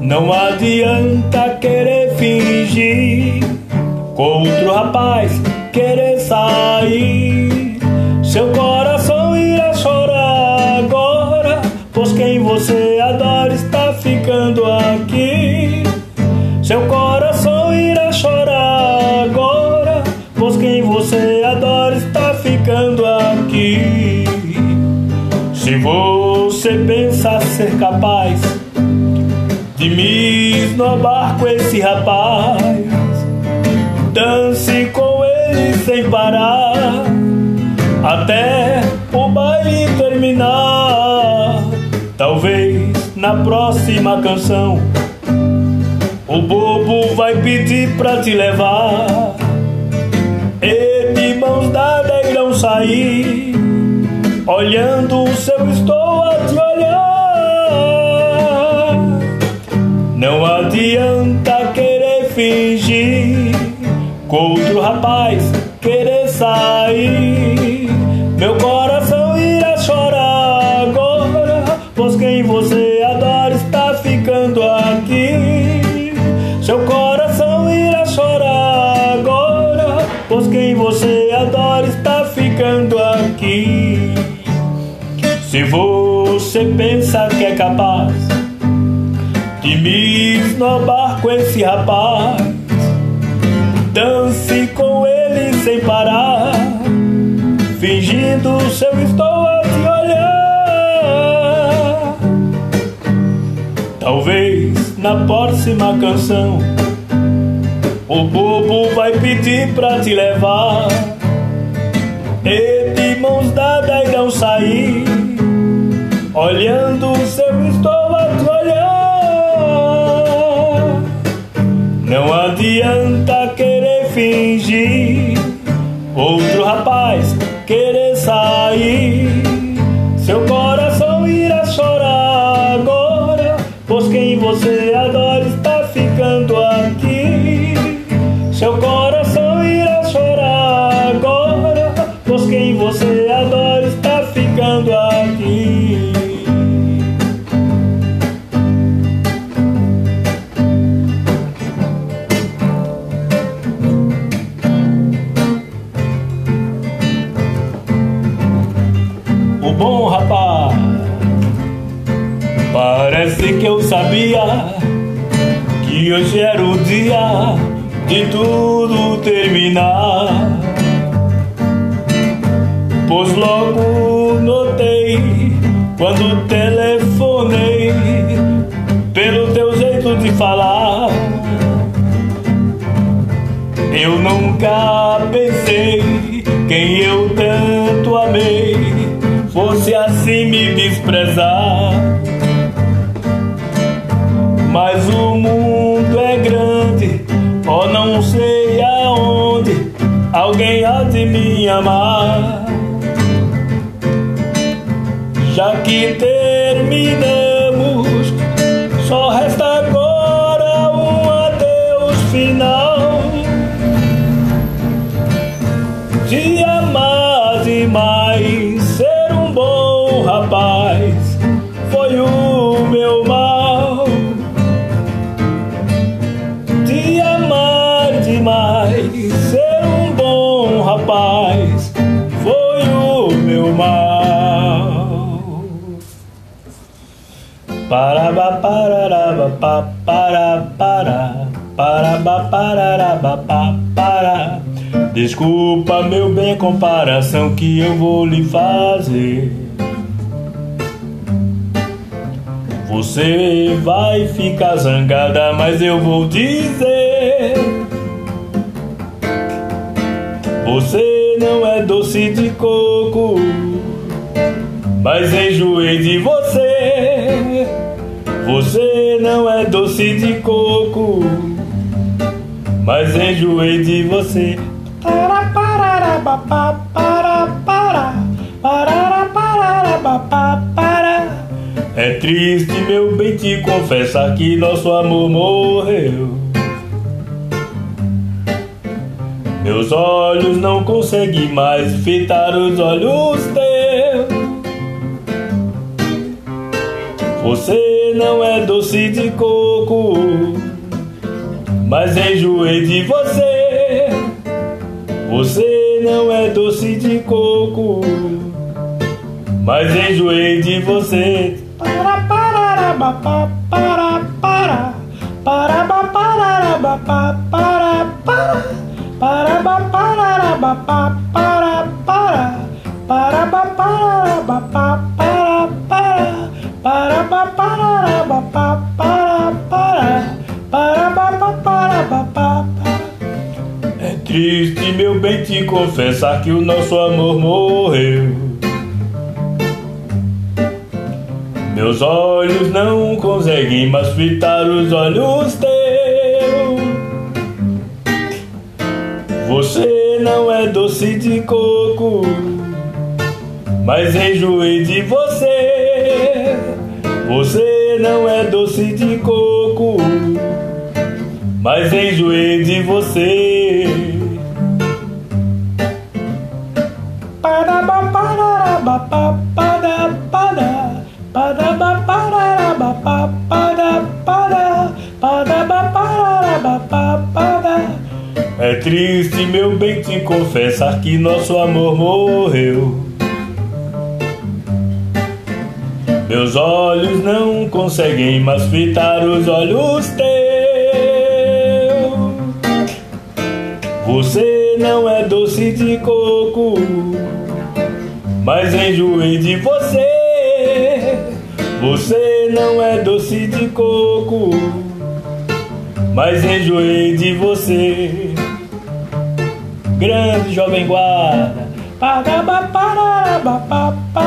Não adianta querer fingir, com outro rapaz querer sair. Seu coração irá chorar agora, pois quem você adora está ficando aqui. Seu coração irá chorar agora, pois quem você adora está ficando aqui. Se você pensa ser capaz de me esnobar com esse rapaz, dance com ele sem parar, até o baile terminar. Talvez na próxima canção o bobo vai pedir pra te levar, e de mãos dadas irão sair, olhando o seu estou a te olhar. Não adianta querer fingir, com outro rapaz querer sair. Meu coração irá chorar agora, pois quem você adora está ficando aqui. Seu coração irá chorar agora, pois quem você adora está ficando aqui. Se você pensa que é capaz de me esnobar com esse rapaz, dance com ele sem parar, fingindo seu estou a te olhar. Talvez na próxima canção o bobo vai pedir pra te levar, e de mãos dadas irão sair, olhando o seu estou a te olhar. Não adianta querer fingir, outro rapaz querer sair. Seu coração irá chorar agora, pois quem você adora está ficando aqui. Seu coração irá chorar agora, pois quem você adora está ficando aqui. O bom rapaz, parece que eu sabia que hoje era o dia de tudo terminar, pois logo notei quando telefonei pelo teu jeito de falar. Eu nunca pensei quem eu tanto amei fosse assim me desprezar. Mas o mundo é grande, oh, não sei aonde alguém há de me amar. Já que terminamos, só resta agora um adeus final. Te amar demais, ser um bom rapaz foi o meu mal. Te amar demais, ser um bom rapaz foi o meu mal. Parabá, pararaba, pa, para, para, parabá, pararaba, pa, para. Desculpa, meu bem, a comparação que eu vou lhe fazer. Você vai ficar zangada, mas eu vou dizer: você não é doce de coco, mas enjoei de você. Você não é doce de coco, mas enjoei de você. Para, para, para, para, para, para, para, para. É triste, meu bem, te confessar que nosso amor morreu. Meus olhos não conseguem mais fitar os olhos teus. Você não é doce doce de coco, mas enjoei de você. Você não é doce de coco, mas enjoei de você. Para para para para para para para para para para para para para para. É triste, meu bem, te confessar que o nosso amor morreu. Meus olhos não conseguem mais fitar os olhos teus. Você não é doce de coco, mas enjoei de você. Você não é doce de coco, mas enjoei de você. Para para para para para é triste, meu bem, te confessar que nosso amor morreu. Meus olhos não conseguem mais fitar os olhos teus. Você não é doce de coco, mas enjoei de você. Você não é doce de coco, mas enjoei de você. Grande Jovem Guarda.